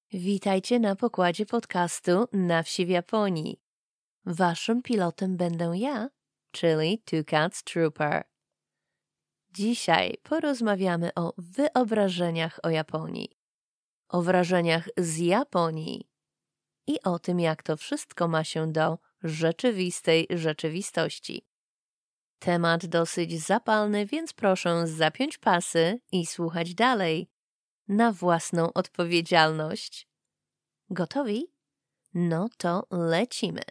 Witajcie na pokładzie podcastu Na wsi w Japonii. Waszym pilotem będę ja, czyli Two Cats Trooper. Dzisiaj porozmawiamy o wyobrażeniach o Japonii, o wrażeniach z Japonii i o tym, jak to wszystko ma się do rzeczywistej rzeczywistości. Temat dosyć zapalny, więc proszę zapiąć pasy i słuchać dalej na własną odpowiedzialność. Gotowi? No to lecimy.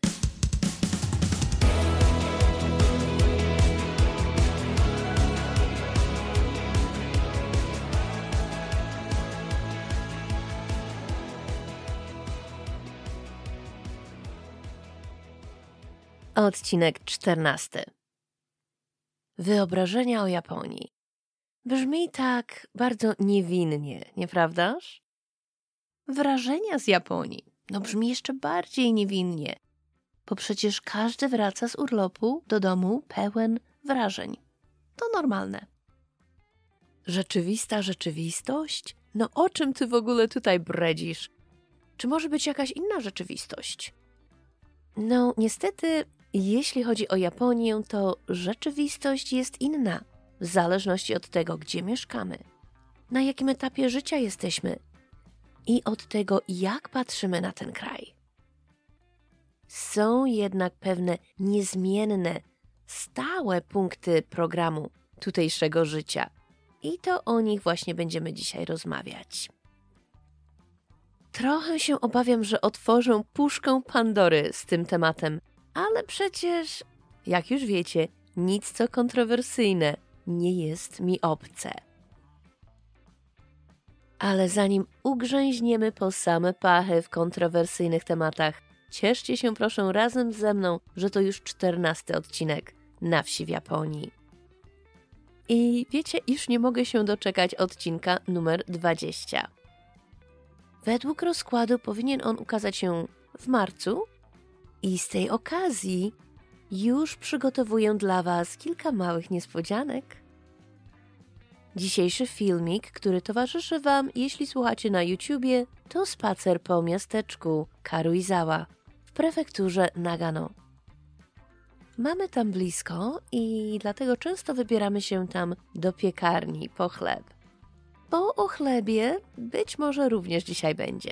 Odcinek 14. Wyobrażenia o Japonii. Brzmi tak bardzo niewinnie, nieprawdaż? Wrażenia z Japonii. Brzmi jeszcze bardziej niewinnie, bo przecież każdy wraca z urlopu do domu pełen wrażeń. To normalne. Rzeczywista rzeczywistość? O czym ty w ogóle tutaj bredzisz? Czy może być jakaś inna rzeczywistość? Niestety, jeśli chodzi o Japonię, to rzeczywistość jest inna, w zależności od tego, gdzie mieszkamy, na jakim etapie życia jesteśmy i od tego, jak patrzymy na ten kraj. Są jednak pewne niezmienne, stałe punkty programu tutejszego życia i to o nich właśnie będziemy dzisiaj rozmawiać. Trochę się obawiam, że otworzę puszkę Pandory z tym tematem, ale przecież, jak już wiecie, nic co kontrowersyjne nie jest mi obce. Ale zanim ugrzęźniemy po same pachy w kontrowersyjnych tematach, cieszcie się proszę razem ze mną, że to już 14 odcinek Na wsi w Japonii. I wiecie, już nie mogę się doczekać odcinka numer 20. Według rozkładu powinien on ukazać się w marcu i z tej okazji już przygotowuję dla Was kilka małych niespodzianek. Dzisiejszy filmik, który towarzyszy Wam, jeśli słuchacie na YouTubie, to spacer po miasteczku Karuizawa w prefekturze Nagano. Mamy tam blisko i dlatego często wybieramy się tam do piekarni po chleb. Bo o chlebie być może również dzisiaj będzie.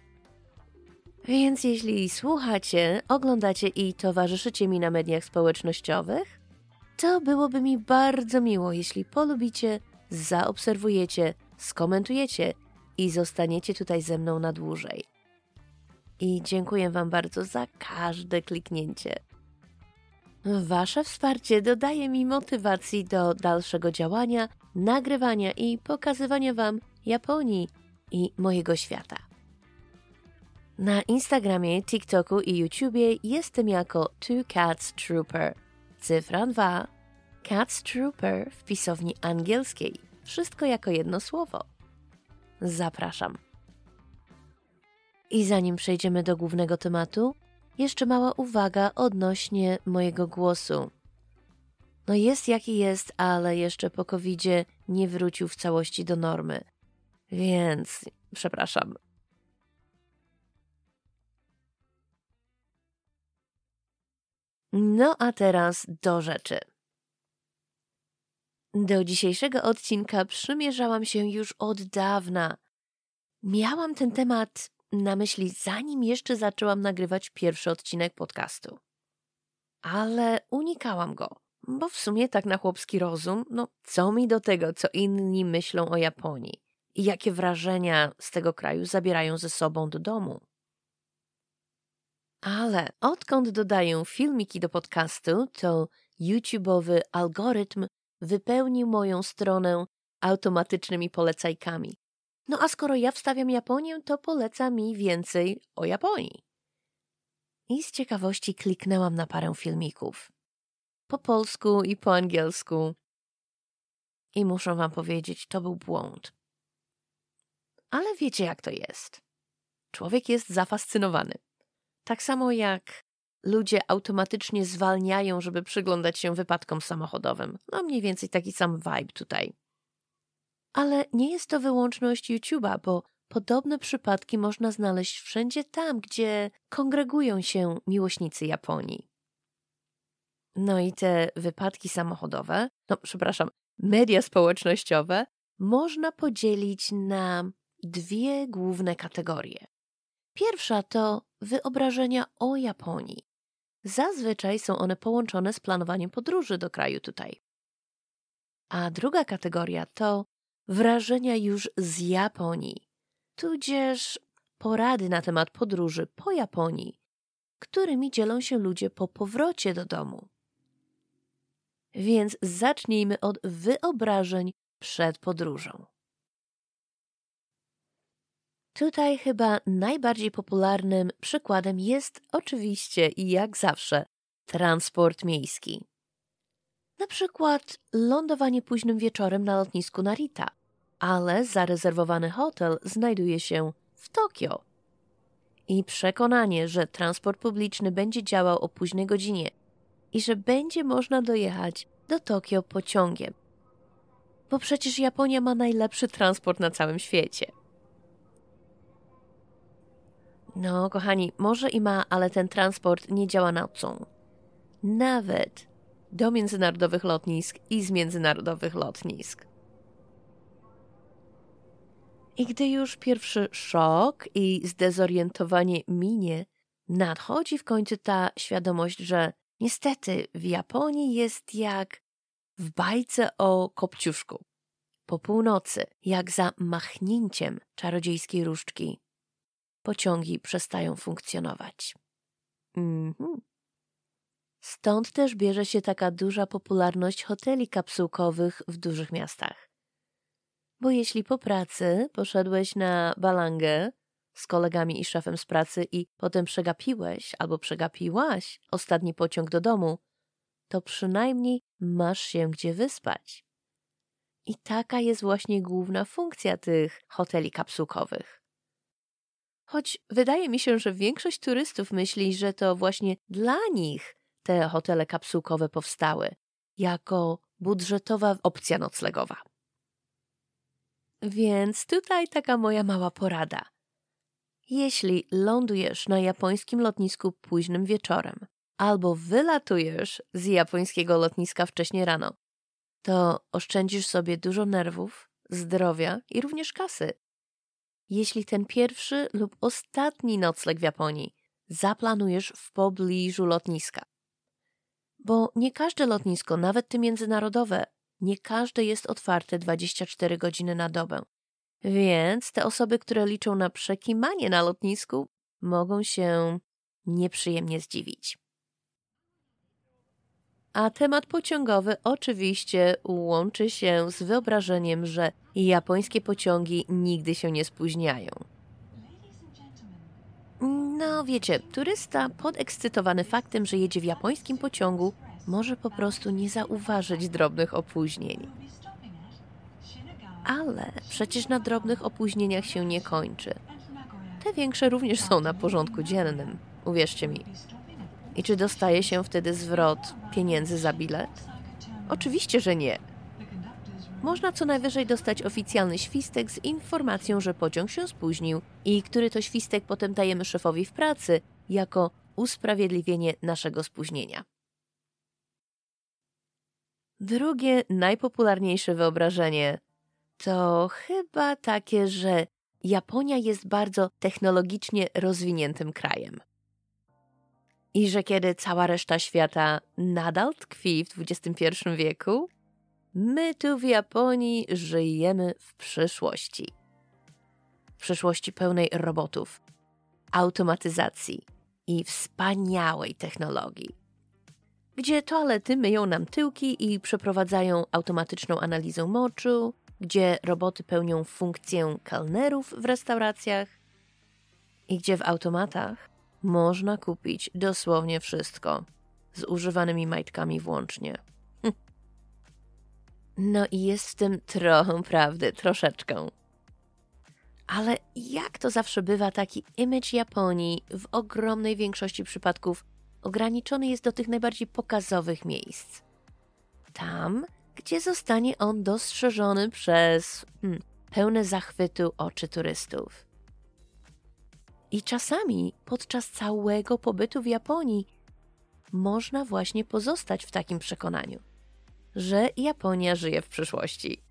Więc jeśli słuchacie, oglądacie i towarzyszycie mi na mediach społecznościowych, to byłoby mi bardzo miło, jeśli polubicie, zaobserwujecie, skomentujecie i zostaniecie tutaj ze mną na dłużej. I dziękuję Wam bardzo za każde kliknięcie. Wasze wsparcie dodaje mi motywacji do dalszego działania, nagrywania i pokazywania Wam Japonii i mojego świata. Na Instagramie, TikToku i YouTubie jestem jako Two Cats Trooper. Cyfra 2, Cats Trooper w pisowni angielskiej. Wszystko jako jedno słowo. Zapraszam. I zanim przejdziemy do głównego tematu, jeszcze mała uwaga odnośnie mojego głosu. Jest jaki jest, ale jeszcze po COVID-zie nie wrócił w całości do normy. Więc przepraszam. A teraz do rzeczy. Do dzisiejszego odcinka przymierzałam się już od dawna. Miałam ten temat na myśli, zanim jeszcze zaczęłam nagrywać pierwszy odcinek podcastu. Ale unikałam go, bo w sumie tak na chłopski rozum, co mi do tego, co inni myślą o Japonii i jakie wrażenia z tego kraju zabierają ze sobą do domu. Ale odkąd dodaję filmiki do podcastu, to YouTube'owy algorytm wypełnił moją stronę automatycznymi polecajkami. A skoro ja wstawiam Japonię, to poleca mi więcej o Japonii. I z ciekawości kliknęłam na parę filmików. Po polsku i po angielsku. I muszę Wam powiedzieć, to był błąd. Ale wiecie, jak to jest. Człowiek jest zafascynowany. Tak samo jak ludzie automatycznie zwalniają, żeby przyglądać się wypadkom samochodowym. Mniej więcej taki sam vibe tutaj. Ale nie jest to wyłączność YouTube'a, bo podobne przypadki można znaleźć wszędzie tam, gdzie kongregują się miłośnicy Japonii. No i te wypadki samochodowe, media społecznościowe można podzielić na dwie główne kategorie. Pierwsza to wyobrażenia o Japonii. Zazwyczaj są one połączone z planowaniem podróży do kraju tutaj. A druga kategoria to wrażenia już z Japonii, tudzież porady na temat podróży po Japonii, którymi dzielą się ludzie po powrocie do domu. Więc zacznijmy od wyobrażeń przed podróżą. Tutaj chyba najbardziej popularnym przykładem jest oczywiście i jak zawsze transport miejski. Na przykład lądowanie późnym wieczorem na lotnisku Narita, ale zarezerwowany hotel znajduje się w Tokio. I przekonanie, że transport publiczny będzie działał o późnej godzinie i że będzie można dojechać do Tokio pociągiem. Bo przecież Japonia ma najlepszy transport na całym świecie. No, kochani, może i ma, ale ten transport nie działa nocą. Nawet do międzynarodowych lotnisk i z międzynarodowych lotnisk. I gdy już pierwszy szok i zdezorientowanie minie, nadchodzi w końcu ta świadomość, że niestety w Japonii jest jak w bajce o Kopciuszku. Po północy, jak za machnięciem czarodziejskiej różdżki, pociągi przestają funkcjonować. Stąd też bierze się taka duża popularność hoteli kapsułkowych w dużych miastach. Bo jeśli po pracy poszedłeś na balangę z kolegami i szefem z pracy i potem przegapiłeś albo przegapiłaś ostatni pociąg do domu, to przynajmniej masz się gdzie wyspać. I taka jest właśnie główna funkcja tych hoteli kapsułkowych. Choć wydaje mi się, że większość turystów myśli, że to właśnie dla nich te hotele kapsułkowe powstały, jako budżetowa opcja noclegowa. Więc tutaj taka moja mała porada. Jeśli lądujesz na japońskim lotnisku późnym wieczorem albo wylatujesz z japońskiego lotniska wcześnie rano, to oszczędzisz sobie dużo nerwów, zdrowia i również kasy. Jeśli ten pierwszy lub ostatni nocleg w Japonii zaplanujesz w pobliżu lotniska. Bo nie każde lotnisko, nawet te międzynarodowe, nie każde jest otwarte 24 godziny na dobę. Więc te osoby, które liczą na przekimanie na lotnisku, mogą się nieprzyjemnie zdziwić. A temat pociągowy oczywiście łączy się z wyobrażeniem, że japońskie pociągi nigdy się nie spóźniają. No wiecie, turysta podekscytowany faktem, że jedzie w japońskim pociągu, może po prostu nie zauważyć drobnych opóźnień. Ale przecież na drobnych opóźnieniach się nie kończy. Te większe również są na porządku dziennym, uwierzcie mi. I czy dostaje się wtedy zwrot pieniędzy za bilet? Oczywiście, że nie. Można co najwyżej dostać oficjalny świstek z informacją, że pociąg się spóźnił i który to świstek potem dajemy szefowi w pracy jako usprawiedliwienie naszego spóźnienia. Drugie, najpopularniejsze wyobrażenie to chyba takie, że Japonia jest bardzo technologicznie rozwiniętym krajem. I że kiedy cała reszta świata nadal tkwi w XXI wieku, my tu w Japonii żyjemy w przyszłości. W przyszłości pełnej robotów, automatyzacji i wspaniałej technologii. Gdzie toalety myją nam tyłki i przeprowadzają automatyczną analizę moczu, gdzie roboty pełnią funkcję kelnerów w restauracjach i gdzie w automatach można kupić dosłownie wszystko, z używanymi majtkami włącznie. No i jest w tym trochę prawdy, troszeczkę. Ale jak to zawsze bywa, taki image Japonii w ogromnej większości przypadków ograniczony jest do tych najbardziej pokazowych miejsc. Tam, gdzie zostanie on dostrzeżony przez pełne zachwytu oczy turystów. I czasami podczas całego pobytu w Japonii można właśnie pozostać w takim przekonaniu, że Japonia żyje w przyszłości.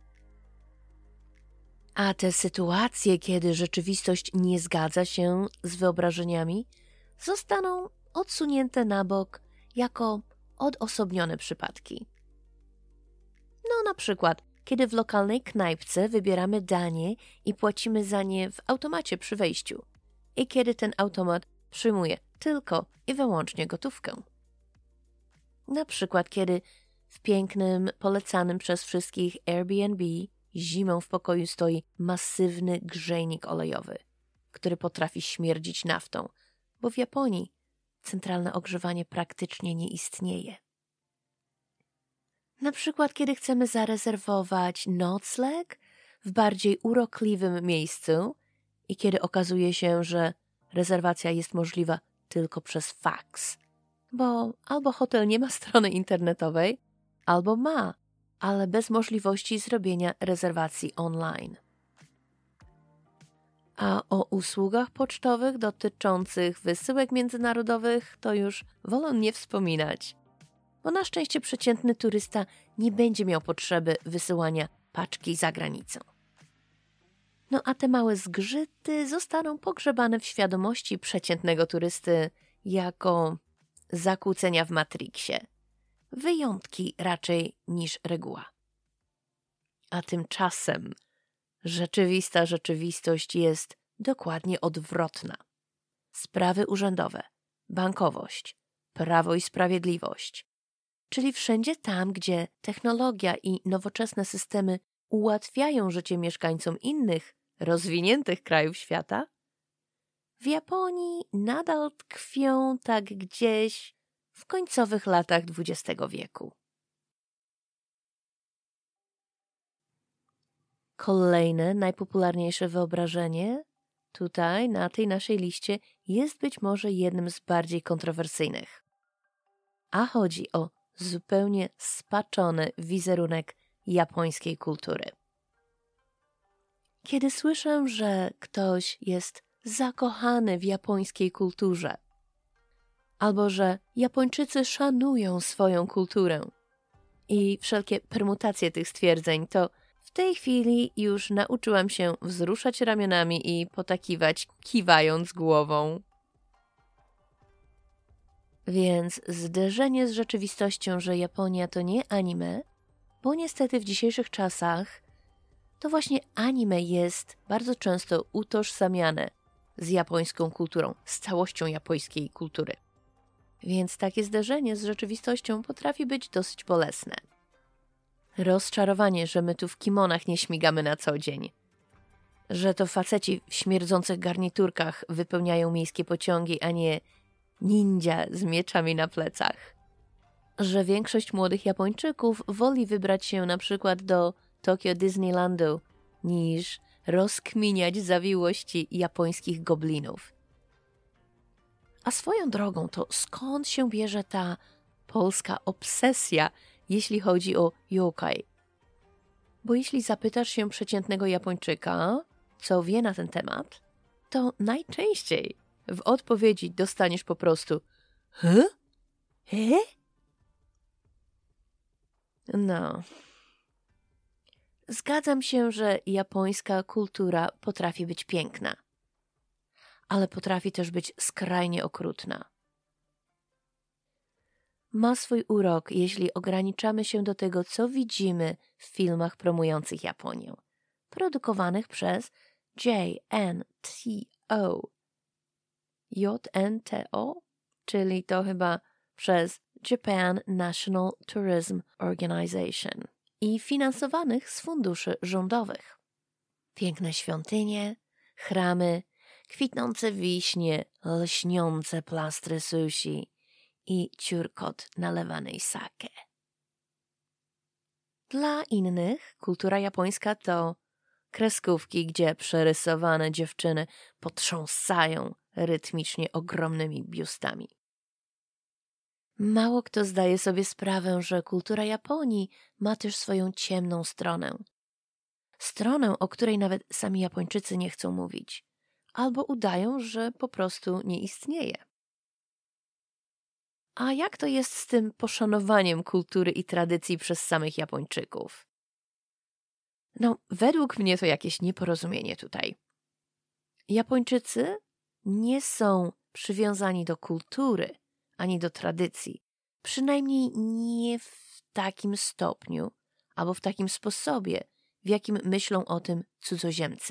A te sytuacje, kiedy rzeczywistość nie zgadza się z wyobrażeniami, zostaną odsunięte na bok jako odosobnione przypadki. No na przykład, kiedy w lokalnej knajpce wybieramy danie i płacimy za nie w automacie przy wejściu i kiedy ten automat przyjmuje tylko i wyłącznie gotówkę. Na przykład, kiedy w pięknym, polecanym przez wszystkich Airbnb zimą w pokoju stoi masywny grzejnik olejowy, który potrafi śmierdzić naftą, bo w Japonii centralne ogrzewanie praktycznie nie istnieje. Na przykład, kiedy chcemy zarezerwować nocleg w bardziej urokliwym miejscu i kiedy okazuje się, że rezerwacja jest możliwa tylko przez faks, bo albo hotel nie ma strony internetowej, albo ma, ale bez możliwości zrobienia rezerwacji online. A o usługach pocztowych dotyczących wysyłek międzynarodowych to już wolę nie wspominać, bo na szczęście przeciętny turysta nie będzie miał potrzeby wysyłania paczki za granicą. No a te małe zgrzyty zostaną pogrzebane w świadomości przeciętnego turysty jako zakłócenia w Matrixie. Wyjątki raczej niż reguła. A tymczasem rzeczywista rzeczywistość jest dokładnie odwrotna. Sprawy urzędowe, bankowość, prawo i sprawiedliwość, czyli wszędzie tam, gdzie technologia i nowoczesne systemy ułatwiają życie mieszkańcom innych, rozwiniętych krajów świata, w Japonii nadal tkwią tak gdzieś w końcowych latach XX wieku. Kolejne, najpopularniejsze wyobrażenie tutaj, na tej naszej liście, jest być może jednym z bardziej kontrowersyjnych. A chodzi o zupełnie spaczony wizerunek japońskiej kultury. Kiedy słyszę, że ktoś jest zakochany w japońskiej kulturze, albo że Japończycy szanują swoją kulturę i wszelkie permutacje tych stwierdzeń, to w tej chwili już nauczyłam się wzruszać ramionami i potakiwać, kiwając głową. Więc zderzenie z rzeczywistością, że Japonia to nie anime, bo niestety w dzisiejszych czasach to właśnie anime jest bardzo często utożsamiane z japońską kulturą, z całością japońskiej kultury. Więc takie zderzenie z rzeczywistością potrafi być dosyć bolesne. Rozczarowanie, że my tu w kimonach nie śmigamy na co dzień, że to faceci w śmierdzących garniturkach wypełniają miejskie pociągi, a nie ninja z mieczami na plecach. Że większość młodych Japończyków woli wybrać się na przykład do Tokyo Disneylandu niż rozkminiać zawiłości japońskich goblinów. A swoją drogą to skąd się bierze ta polska obsesja, jeśli chodzi o yokai? Bo jeśli zapytasz się przeciętnego Japończyka, co wie na ten temat, to najczęściej w odpowiedzi dostaniesz po prostu He? No. Zgadzam się, że japońska kultura potrafi być piękna, ale potrafi też być skrajnie okrutna. Ma swój urok, jeśli ograniczamy się do tego, co widzimy w filmach promujących Japonię, produkowanych przez JNTO, czyli to chyba przez Japan National Tourism Organization i finansowanych z funduszy rządowych. Piękne świątynie, chramy, kwitnące wiśnie, lśniące plastry sushi i ciurkot nalewanej sake. Dla innych kultura japońska to kreskówki, gdzie przerysowane dziewczyny potrząsają rytmicznie ogromnymi biustami. Mało kto zdaje sobie sprawę, że kultura Japonii ma też swoją ciemną stronę. Stronę, o której nawet sami Japończycy nie chcą mówić, albo udają, że po prostu nie istnieje. A jak to jest z tym poszanowaniem kultury i tradycji przez samych Japończyków? No, według mnie to jakieś nieporozumienie tutaj. Japończycy nie są przywiązani do kultury ani do tradycji, przynajmniej nie w takim stopniu albo w takim sposobie, w jakim myślą o tym cudzoziemcy.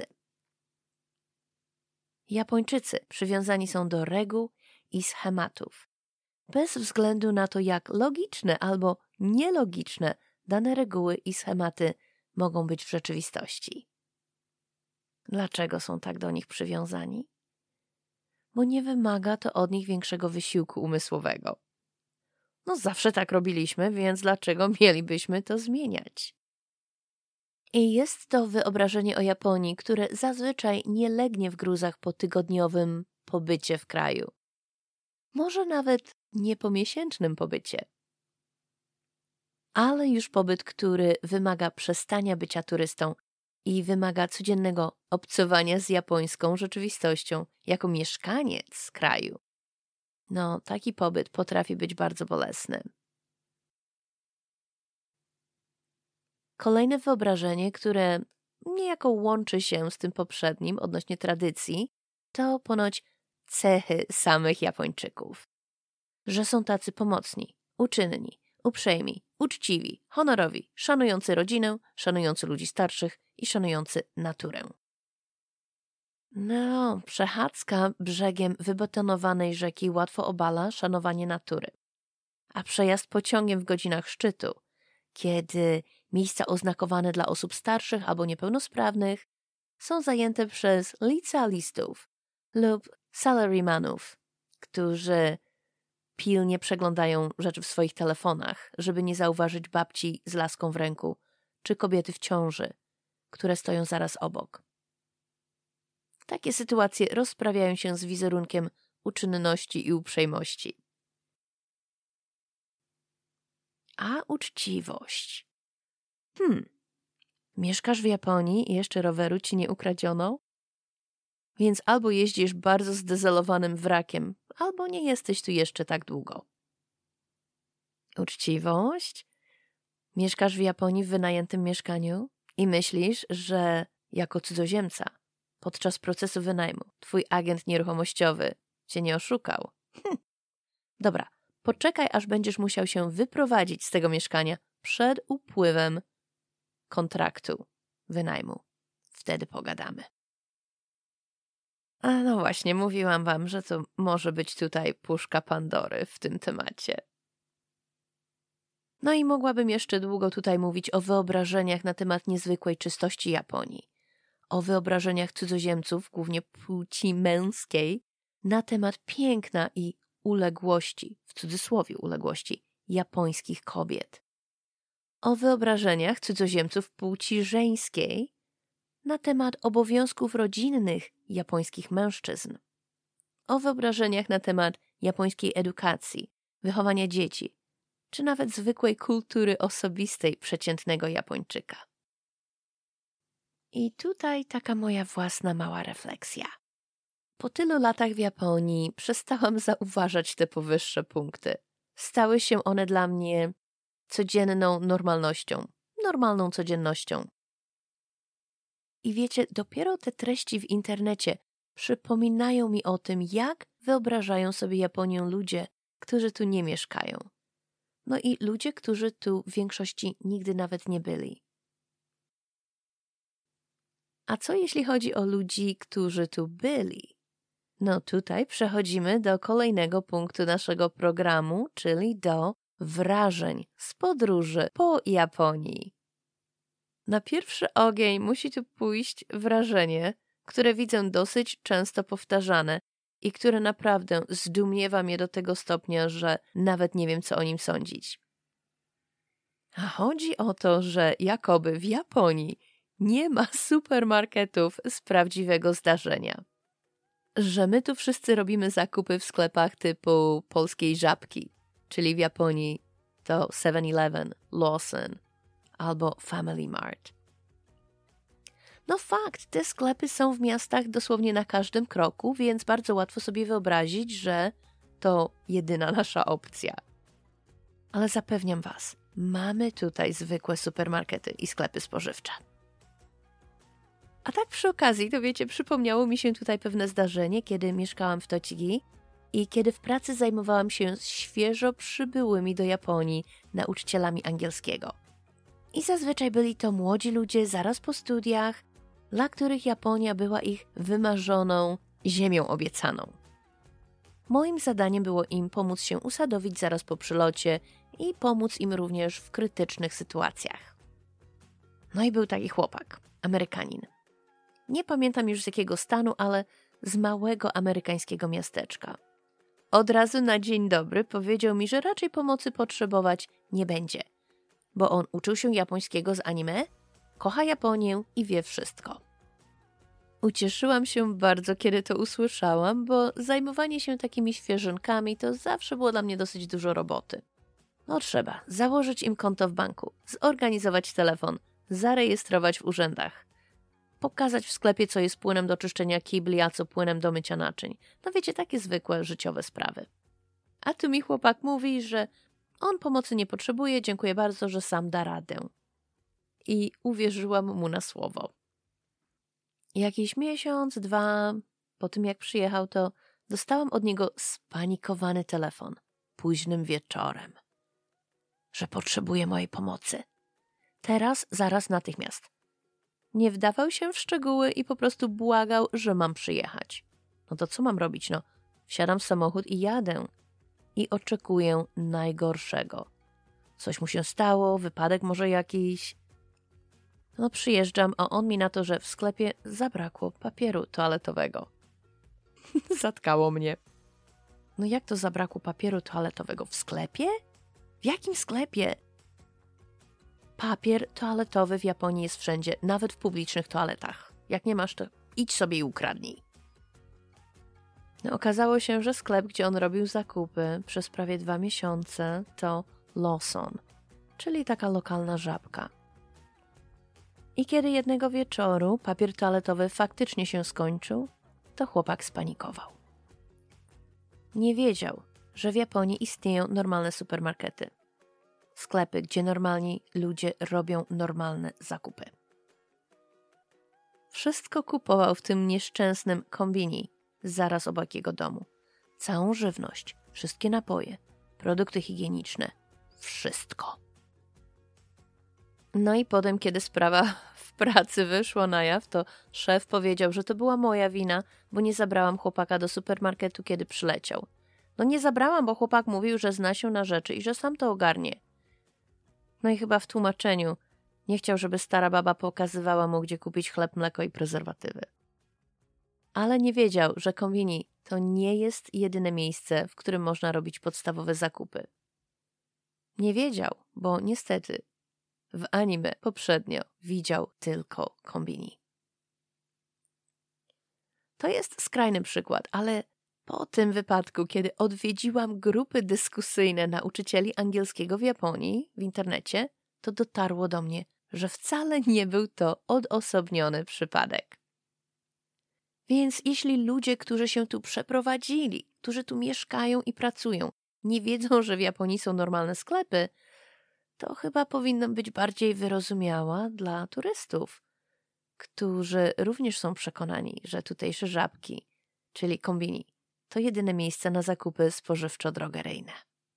Japończycy przywiązani są do reguł i schematów, bez względu na to, jak logiczne albo nielogiczne dane reguły i schematy mogą być w rzeczywistości. Dlaczego są tak do nich przywiązani? Bo nie wymaga to od nich większego wysiłku umysłowego. No zawsze tak robiliśmy, więc dlaczego mielibyśmy to zmieniać? I jest to wyobrażenie o Japonii, które zazwyczaj nie legnie w gruzach po tygodniowym pobycie w kraju. Może nawet nie po miesięcznym pobycie. Ale już pobyt, który wymaga przestania bycia turystą i wymaga codziennego obcowania z japońską rzeczywistością jako mieszkaniec kraju. No, taki pobyt potrafi być bardzo bolesny. Kolejne wyobrażenie, które niejako łączy się z tym poprzednim odnośnie tradycji, to ponoć cechy samych Japończyków. Że są tacy pomocni, uczynni, uprzejmi, uczciwi, honorowi, szanujący rodzinę, szanujący ludzi starszych i szanujący naturę. No, przechadzka brzegiem wybetonowanej rzeki łatwo obala szanowanie natury. A przejazd pociągiem w godzinach szczytu, kiedy miejsca oznakowane dla osób starszych albo niepełnosprawnych są zajęte przez licealistów lub salarymanów, którzy pilnie przeglądają rzeczy w swoich telefonach, żeby nie zauważyć babci z laską w ręku czy kobiety w ciąży, które stoją zaraz obok. Takie sytuacje rozprawiają się z wizerunkiem uczynności i uprzejmości. A uczciwość? Mieszkasz w Japonii i jeszcze roweru ci nie ukradziono? Więc albo jeździsz bardzo zdezelowanym wrakiem, albo nie jesteś tu jeszcze tak długo. Uczciwość? Mieszkasz w Japonii w wynajętym mieszkaniu i myślisz, że jako cudzoziemca podczas procesu wynajmu twój agent nieruchomościowy cię nie oszukał. Dobra, poczekaj, aż będziesz musiał się wyprowadzić z tego mieszkania przed upływem kontraktu wynajmu. Wtedy pogadamy. A no właśnie, mówiłam wam, że to może być tutaj puszka Pandory w tym temacie. No i mogłabym jeszcze długo tutaj mówić o wyobrażeniach na temat niezwykłej czystości Japonii, o wyobrażeniach cudzoziemców, głównie płci męskiej, na temat piękna i uległości, w cudzysłowie uległości, japońskich kobiet. O wyobrażeniach cudzoziemców płci żeńskiej na temat obowiązków rodzinnych japońskich mężczyzn. O wyobrażeniach na temat japońskiej edukacji, wychowania dzieci, czy nawet zwykłej kultury osobistej przeciętnego Japończyka. I tutaj taka moja własna mała refleksja. Po tylu latach w Japonii przestałam zauważać te powyższe punkty. Stały się one dla mnie codzienną normalnością, normalną codziennością. I wiecie, dopiero te treści w internecie przypominają mi o tym, jak wyobrażają sobie Japonię ludzie, którzy tu nie mieszkają. No i ludzie, którzy tu w większości nigdy nawet nie byli. A co jeśli chodzi o ludzi, którzy tu byli? No tutaj przechodzimy do kolejnego punktu naszego programu, czyli do wrażeń z podróży po Japonii. Na pierwszy ogień musi tu pójść wrażenie, które widzę dosyć często powtarzane i które naprawdę zdumiewa mnie do tego stopnia, że nawet nie wiem, co o nim sądzić. A chodzi o to, że jakoby w Japonii nie ma supermarketów z prawdziwego zdarzenia. Że my tu wszyscy robimy zakupy w sklepach typu polskiej Żabki, czyli w Japonii to 7-Eleven, Lawson albo Family Mart. No fakt, te sklepy są w miastach dosłownie na każdym kroku, więc bardzo łatwo sobie wyobrazić, że to jedyna nasza opcja. Ale zapewniam Was, mamy tutaj zwykłe supermarkety i sklepy spożywcze. A tak przy okazji, to wiecie, przypomniało mi się tutaj pewne zdarzenie, kiedy mieszkałam w Tochigi i kiedy w pracy zajmowałam się świeżo przybyłymi do Japonii nauczycielami angielskiego. I zazwyczaj byli to młodzi ludzie zaraz po studiach, dla których Japonia była ich wymarzoną ziemią obiecaną. Moim zadaniem było im pomóc się usadowić zaraz po przylocie i pomóc im również w krytycznych sytuacjach. No i był taki chłopak, Amerykanin. Nie pamiętam już z jakiego stanu, ale z małego amerykańskiego miasteczka. Od razu na dzień dobry powiedział mi, że raczej pomocy potrzebować nie będzie, bo on uczył się japońskiego z anime, kocha Japonię i wie wszystko. Ucieszyłam się bardzo, kiedy to usłyszałam, bo zajmowanie się takimi świeżynkami to zawsze było dla mnie dosyć dużo roboty. No trzeba założyć im konto w banku, zorganizować telefon, zarejestrować w urzędach, pokazać w sklepie, co jest płynem do czyszczenia kibli, a co płynem do mycia naczyń. No wiecie, takie zwykłe życiowe sprawy. A tu mi chłopak mówi, że on pomocy nie potrzebuje, dziękuję bardzo, że sam da radę. I uwierzyłam mu na słowo. Jakiś miesiąc, 2 po tym jak przyjechał, to dostałam od niego spanikowany telefon późnym wieczorem, że potrzebuje mojej pomocy. Teraz, zaraz, natychmiast. Nie wdawał się w szczegóły i po prostu błagał, że mam przyjechać. No to co mam robić? No, wsiadam w samochód i jadę. I oczekuję najgorszego. Coś mu się stało, wypadek może jakiś. No przyjeżdżam, a on mi na to, że w sklepie zabrakło papieru toaletowego. Zatkało mnie. No jak to zabrakło papieru toaletowego? W sklepie? W jakim sklepie? Papier toaletowy w Japonii jest wszędzie, nawet w publicznych toaletach. Jak nie masz, to idź sobie i ukradnij. No, okazało się, że sklep, gdzie on robił zakupy przez prawie 2 miesiące, to Lawson, czyli taka lokalna żabka. I kiedy jednego wieczoru papier toaletowy faktycznie się skończył, to chłopak spanikował. Nie wiedział, że w Japonii istnieją normalne supermarkety. Sklepy, gdzie normalni ludzie robią normalne zakupy. Wszystko kupował w tym nieszczęsnym kombini zaraz obok jego domu. Całą żywność, wszystkie napoje, produkty higieniczne. Wszystko. No i potem, kiedy sprawa w pracy wyszła na jaw, to szef powiedział, że to była moja wina, bo nie zabrałam chłopaka do supermarketu, kiedy przyleciał. No nie zabrałam, bo chłopak mówił, że zna się na rzeczy i że sam to ogarnie. No i chyba w tłumaczeniu nie chciał, żeby stara baba pokazywała mu, gdzie kupić chleb, mleko i prezerwatywy. Ale nie wiedział, że kombini to nie jest jedyne miejsce, w którym można robić podstawowe zakupy. Nie wiedział, bo niestety w anime poprzednio widział tylko kombini. To jest skrajny przykład, ale po tym wypadku, kiedy odwiedziłam grupy dyskusyjne nauczycieli angielskiego w Japonii w internecie, to dotarło do mnie, że wcale nie był to odosobniony przypadek. Więc jeśli ludzie, którzy się tu przeprowadzili, którzy tu mieszkają i pracują, nie wiedzą, że w Japonii są normalne sklepy, to chyba powinna być bardziej wyrozumiała dla turystów, którzy również są przekonani, że tutejsze żabki, czyli kombini, to jedyne miejsce na zakupy spożywczo-drogeryjne.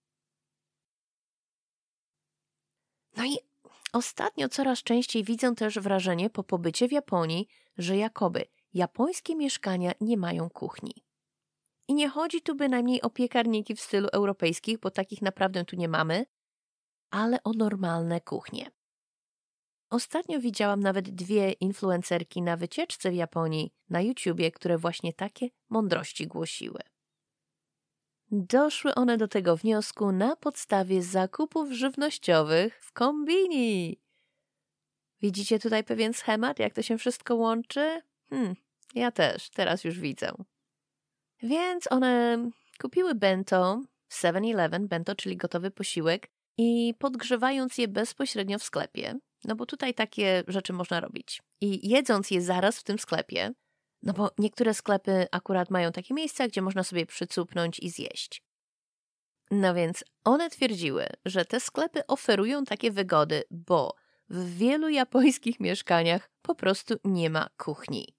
No i ostatnio coraz częściej widzę też wrażenie po pobycie w Japonii, że jakoby japońskie mieszkania nie mają kuchni. I nie chodzi tu bynajmniej o piekarniki w stylu europejskich, bo takich naprawdę tu nie mamy, ale o normalne kuchnie. Ostatnio widziałam nawet 2 influencerki na wycieczce w Japonii na YouTubie, które właśnie takie mądrości głosiły. Doszły one do tego wniosku na podstawie zakupów żywnościowych w kombini. Widzicie tutaj pewien schemat, jak to się wszystko łączy? Ja też, teraz już widzę. Więc one kupiły bento w 7-Eleven, bento, czyli gotowy posiłek, i podgrzewając je bezpośrednio w sklepie, No bo tutaj takie rzeczy można robić. I jedząc je zaraz w tym sklepie, no bo niektóre sklepy akurat mają takie miejsca, gdzie można sobie przycupnąć i zjeść. No więc one twierdziły, że te sklepy oferują takie wygody, bo w wielu japońskich mieszkaniach po prostu nie ma kuchni.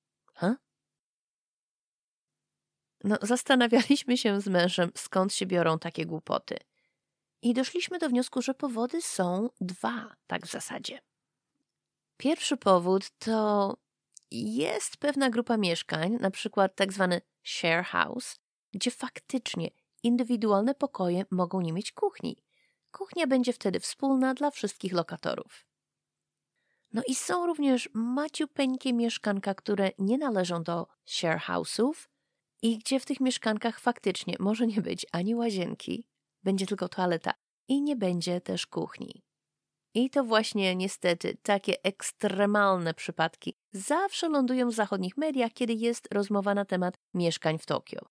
No, zastanawialiśmy się z mężem, skąd się biorą takie głupoty. I doszliśmy do wniosku, że powody są dwa, tak w zasadzie. Pierwszy powód to jest pewna grupa mieszkań, na przykład tak zwany share house, gdzie faktycznie indywidualne pokoje mogą nie mieć kuchni. Kuchnia będzie wtedy wspólna dla wszystkich lokatorów. No i są również maciupeńkie mieszkanka, które nie należą do share house'ów i gdzie w tych mieszkankach faktycznie może nie być ani łazienki, będzie tylko toaleta i nie będzie też kuchni. I to właśnie niestety takie ekstremalne przypadki zawsze lądują w zachodnich mediach, kiedy jest rozmowa na temat mieszkań w Tokio.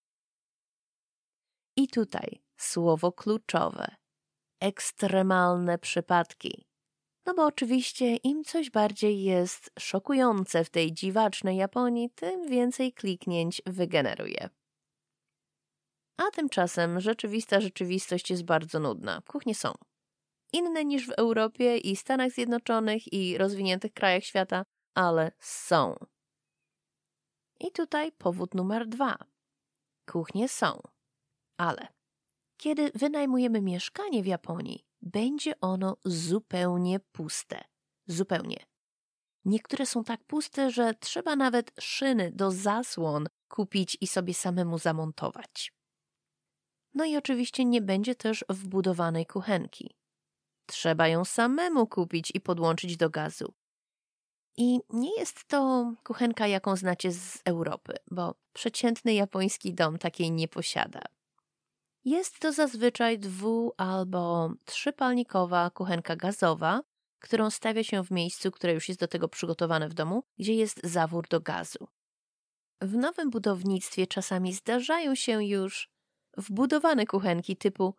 I tutaj słowo kluczowe. Ekstremalne przypadki. No bo oczywiście im coś bardziej jest szokujące w tej dziwacznej Japonii, tym więcej kliknięć wygeneruje. A tymczasem rzeczywista rzeczywistość jest bardzo nudna. Kuchnie są. Inne niż w Europie i Stanach Zjednoczonych i rozwiniętych krajach świata, ale są. I tutaj powód numer 2. Kuchnie są, ale kiedy wynajmujemy mieszkanie w Japonii, będzie ono zupełnie puste. Zupełnie. Niektóre są tak puste, że trzeba nawet szyny do zasłon kupić i sobie samemu zamontować. No i oczywiście nie będzie też wbudowanej kuchenki. Trzeba ją samemu kupić i podłączyć do gazu. I nie jest to kuchenka, jaką znacie z Europy, bo przeciętny japoński dom takiej nie posiada. Jest to zazwyczaj 2- albo 3-palnikowa kuchenka gazowa, którą stawia się w miejscu, które już jest do tego przygotowane w domu, gdzie jest zawór do gazu. W nowym budownictwie czasami zdarzają się już wbudowane kuchenki typu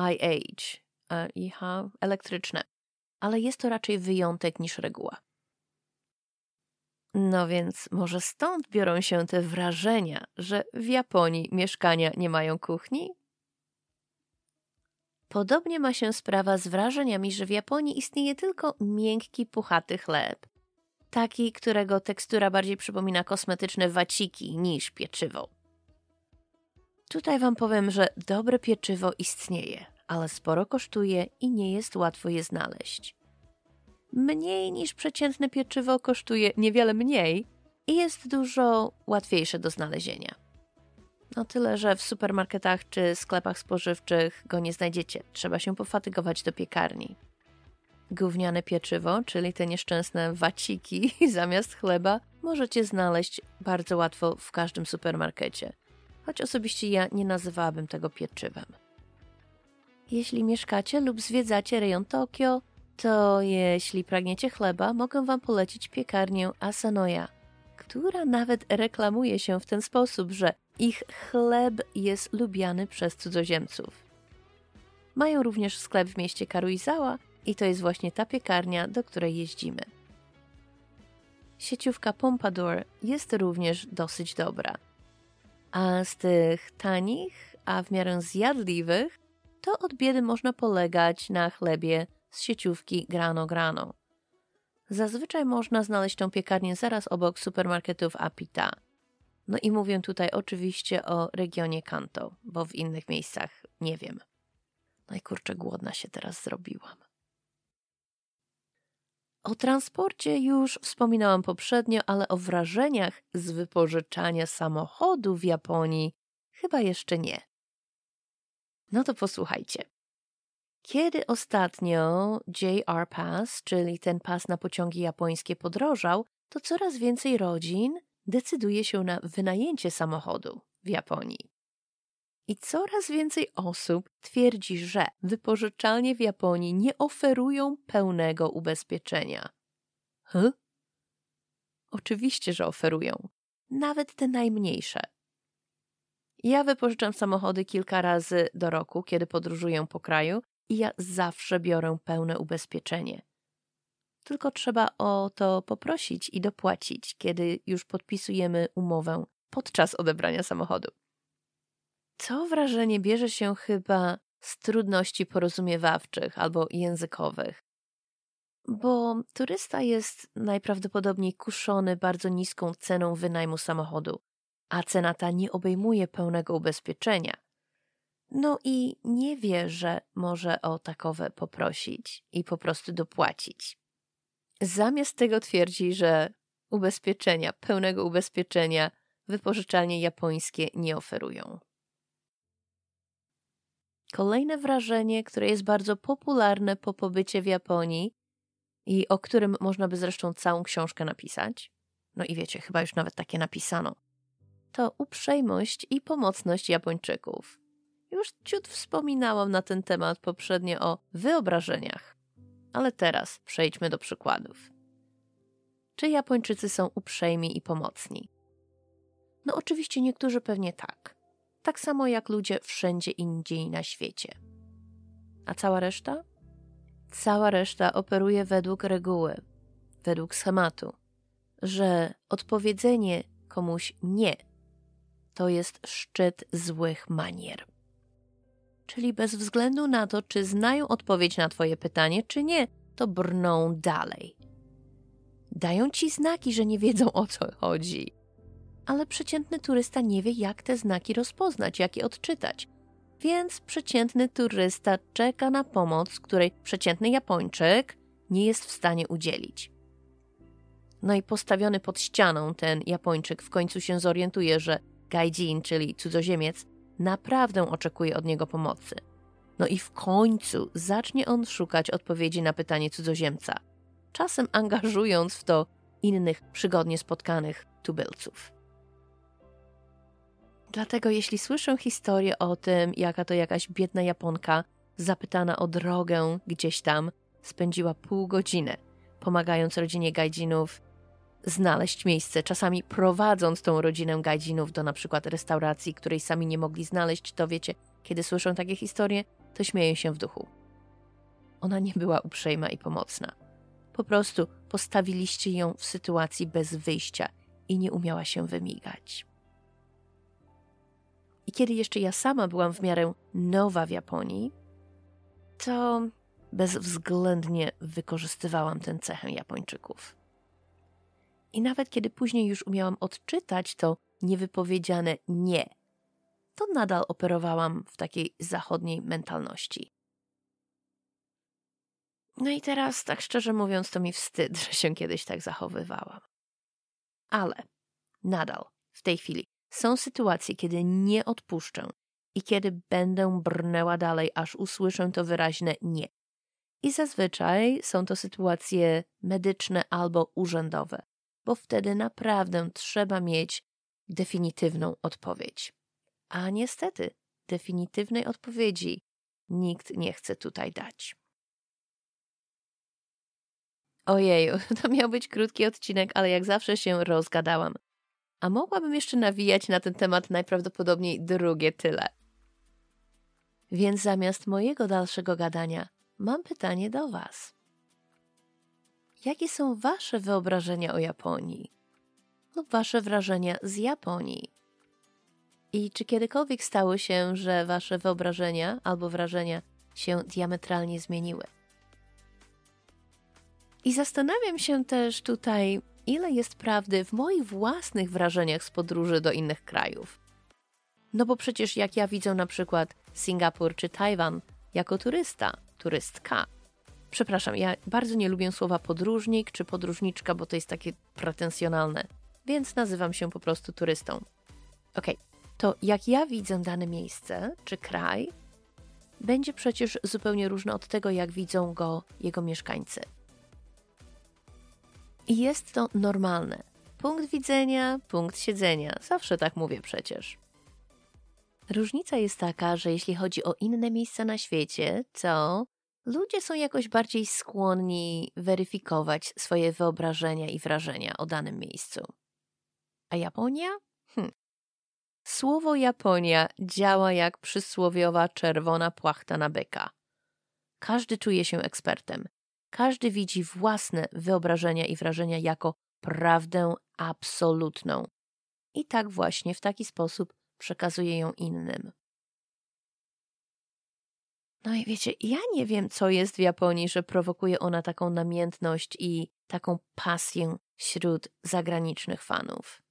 IH, elektryczne, ale jest to raczej wyjątek niż reguła. No więc może stąd biorą się te wrażenia, że w Japonii mieszkania nie mają kuchni? Podobnie ma się sprawa z wrażeniami, że w Japonii istnieje tylko miękki, puchaty chleb. Taki, którego tekstura bardziej przypomina kosmetyczne waciki niż pieczywo. Tutaj wam powiem, że dobre pieczywo istnieje, ale sporo kosztuje i nie jest łatwo je znaleźć. Mniej niż przeciętne pieczywo kosztuje niewiele mniej i jest dużo łatwiejsze do znalezienia. No tyle, że w supermarketach czy sklepach spożywczych go nie znajdziecie. Trzeba się pofatygować do piekarni. Gówniane pieczywo, czyli te nieszczęsne waciki zamiast chleba, możecie znaleźć bardzo łatwo w każdym supermarkecie. Choć osobiście ja nie nazywałabym tego pieczywem. Jeśli mieszkacie lub zwiedzacie rejon Tokio, to jeśli pragniecie chleba, mogę wam polecić piekarnię Asanoya, która nawet reklamuje się w ten sposób, że ich chleb jest lubiany przez cudzoziemców. Mają również sklep w mieście Karuizawa i to jest właśnie ta piekarnia, do której jeździmy. Sieciówka Pompadour jest również dosyć dobra. A z tych tanich, a w miarę zjadliwych, to od biedy można polegać na chlebie z sieciówki Grano Grano. Zazwyczaj można znaleźć tą piekarnię zaraz obok supermarketów Apita. No i mówię tutaj oczywiście o regionie Kanto, bo w innych miejscach nie wiem. No i kurczę, głodna się teraz zrobiłam. O transporcie już wspominałam poprzednio, ale o wrażeniach z wypożyczania samochodu w Japonii chyba jeszcze nie. No to posłuchajcie. Kiedy ostatnio JR Pass, czyli ten pas na pociągi japońskie, podrożał, to coraz więcej rodzin decyduje się na wynajęcie samochodu w Japonii. I coraz więcej osób twierdzi, że wypożyczalnie w Japonii nie oferują pełnego ubezpieczenia. Oczywiście, że oferują. Nawet te najmniejsze. Ja wypożyczam samochody kilka razy do roku, kiedy podróżuję po kraju i ja zawsze biorę pełne ubezpieczenie. tylko trzeba o to poprosić i dopłacić, kiedy już podpisujemy umowę podczas odebrania samochodu. To wrażenie bierze się chyba z trudności porozumiewawczych albo językowych, bo turysta jest najprawdopodobniej kuszony bardzo niską ceną wynajmu samochodu, a cena ta nie obejmuje pełnego ubezpieczenia. No i nie wie, że może o takowe poprosić i po prostu dopłacić. Zamiast tego twierdzi, że pełnego ubezpieczenia wypożyczalnie japońskie nie oferują. Kolejne wrażenie, które jest bardzo popularne po pobycie w Japonii i o którym można by zresztą całą książkę napisać, no i wiecie, chyba już nawet takie napisano, to uprzejmość i pomocność Japończyków. Już ciut wspominałam na ten temat poprzednio o wyobrażeniach, ale teraz przejdźmy do przykładów. Czy Japończycy są uprzejmi i pomocni? No oczywiście niektórzy pewnie tak. Tak samo jak ludzie wszędzie indziej na świecie. A cała reszta? Cała reszta operuje według reguły, według schematu, że odpowiedzenie komuś nie to jest szczyt złych manier. Czyli bez względu na to, czy znają odpowiedź na twoje pytanie, czy nie, to brną dalej. Dają ci znaki, że nie wiedzą, o co chodzi. Ale przeciętny turysta nie wie, jak te znaki rozpoznać, jak je odczytać. Więc przeciętny turysta czeka na pomoc, której przeciętny Japończyk nie jest w stanie udzielić. No i postawiony pod ścianą ten Japończyk w końcu się zorientuje, że gaijin, czyli cudzoziemiec, naprawdę oczekuje od niego pomocy. No i w końcu zacznie on szukać odpowiedzi na pytanie cudzoziemca, czasem angażując w to innych przygodnie spotkanych tubylców. Dlatego jeśli słyszę historię o tym, jaka to jakaś biedna Japonka zapytana o drogę gdzieś tam spędziła pół godziny, pomagając rodzinie gaijinów znaleźć miejsce, czasami prowadząc tą rodzinę gaijinów do na przykład restauracji, której sami nie mogli znaleźć, to wiecie, kiedy słyszę takie historie, to śmieję się w duchu. Ona nie była uprzejma i pomocna. Po prostu postawiliście ją w sytuacji bez wyjścia i nie umiała się wymigać. I kiedy jeszcze ja sama byłam w miarę nowa w Japonii, to bezwzględnie wykorzystywałam tę cechę Japończyków. I nawet kiedy później już umiałam odczytać to niewypowiedziane nie, to nadal operowałam w takiej zachodniej mentalności. No i teraz, tak szczerze mówiąc, to mi wstyd, że się kiedyś tak zachowywałam. Ale nadal, w tej chwili, są sytuacje, kiedy nie odpuszczę i kiedy będę brnęła dalej, aż usłyszę to wyraźne nie. I zazwyczaj są to sytuacje medyczne albo urzędowe, bo wtedy naprawdę trzeba mieć definitywną odpowiedź. A niestety, definitywnej odpowiedzi nikt nie chce tutaj dać. Ojeju, to miał być krótki odcinek, ale jak zawsze się rozgadałam. A mogłabym jeszcze nawijać na ten temat najprawdopodobniej drugie tyle. Więc zamiast mojego dalszego gadania mam pytanie do was. Jakie są wasze wyobrażenia o Japonii? Lub wasze wrażenia z Japonii? I czy kiedykolwiek stało się, że wasze wyobrażenia albo wrażenia się diametralnie zmieniły? I zastanawiam się też tutaj, ile jest prawdy w moich własnych wrażeniach z podróży do innych krajów. No bo przecież jak ja widzę na przykład Singapur czy Tajwan jako turystka. Przepraszam, ja bardzo nie lubię słowa podróżnik czy podróżniczka, bo to jest takie pretensjonalne, więc nazywam się po prostu turystą. Okej, to jak ja widzę dane miejsce czy kraj, będzie przecież zupełnie różne od tego, jak widzą go jego mieszkańcy. I jest to normalne. Punkt widzenia, punkt siedzenia. Zawsze tak mówię przecież. Różnica jest taka, że jeśli chodzi o inne miejsca na świecie, to ludzie są jakoś bardziej skłonni weryfikować swoje wyobrażenia i wrażenia o danym miejscu. A Japonia? Słowo Japonia działa jak przysłowiowa czerwona płachta na byka. Każdy czuje się ekspertem. Każdy widzi własne wyobrażenia i wrażenia jako prawdę absolutną. I tak właśnie w taki sposób przekazuje ją innym. No i wiecie, ja nie wiem, co jest w Japonii, że prowokuje ona taką namiętność i taką pasję wśród zagranicznych fanów.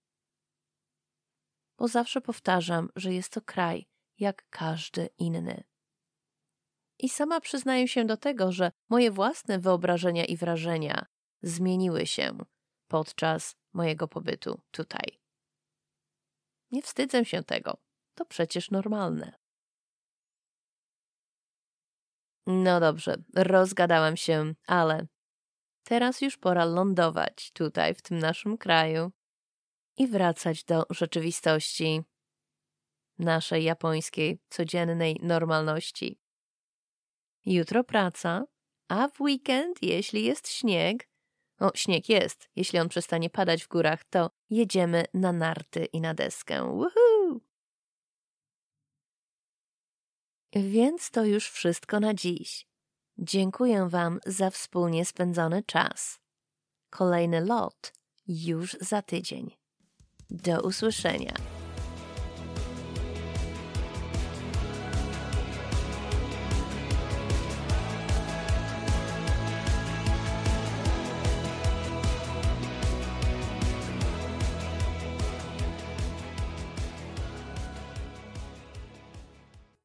Bo zawsze powtarzam, że jest to kraj jak każdy inny. I sama przyznaję się do tego, że moje własne wyobrażenia i wrażenia zmieniły się podczas mojego pobytu tutaj. Nie wstydzę się tego. To przecież normalne. No dobrze, rozgadałam się, ale teraz już pora lądować tutaj, w tym naszym kraju i wracać do rzeczywistości naszej japońskiej, codziennej normalności. Jutro praca, a w weekend, jeśli jest śnieg, śnieg jest, jeśli on przestanie padać w górach, to jedziemy na narty i na deskę. Woohoo! Więc to już wszystko na dziś. Dziękuję Wam za wspólnie spędzony czas. Kolejny lot już za tydzień. Do usłyszenia.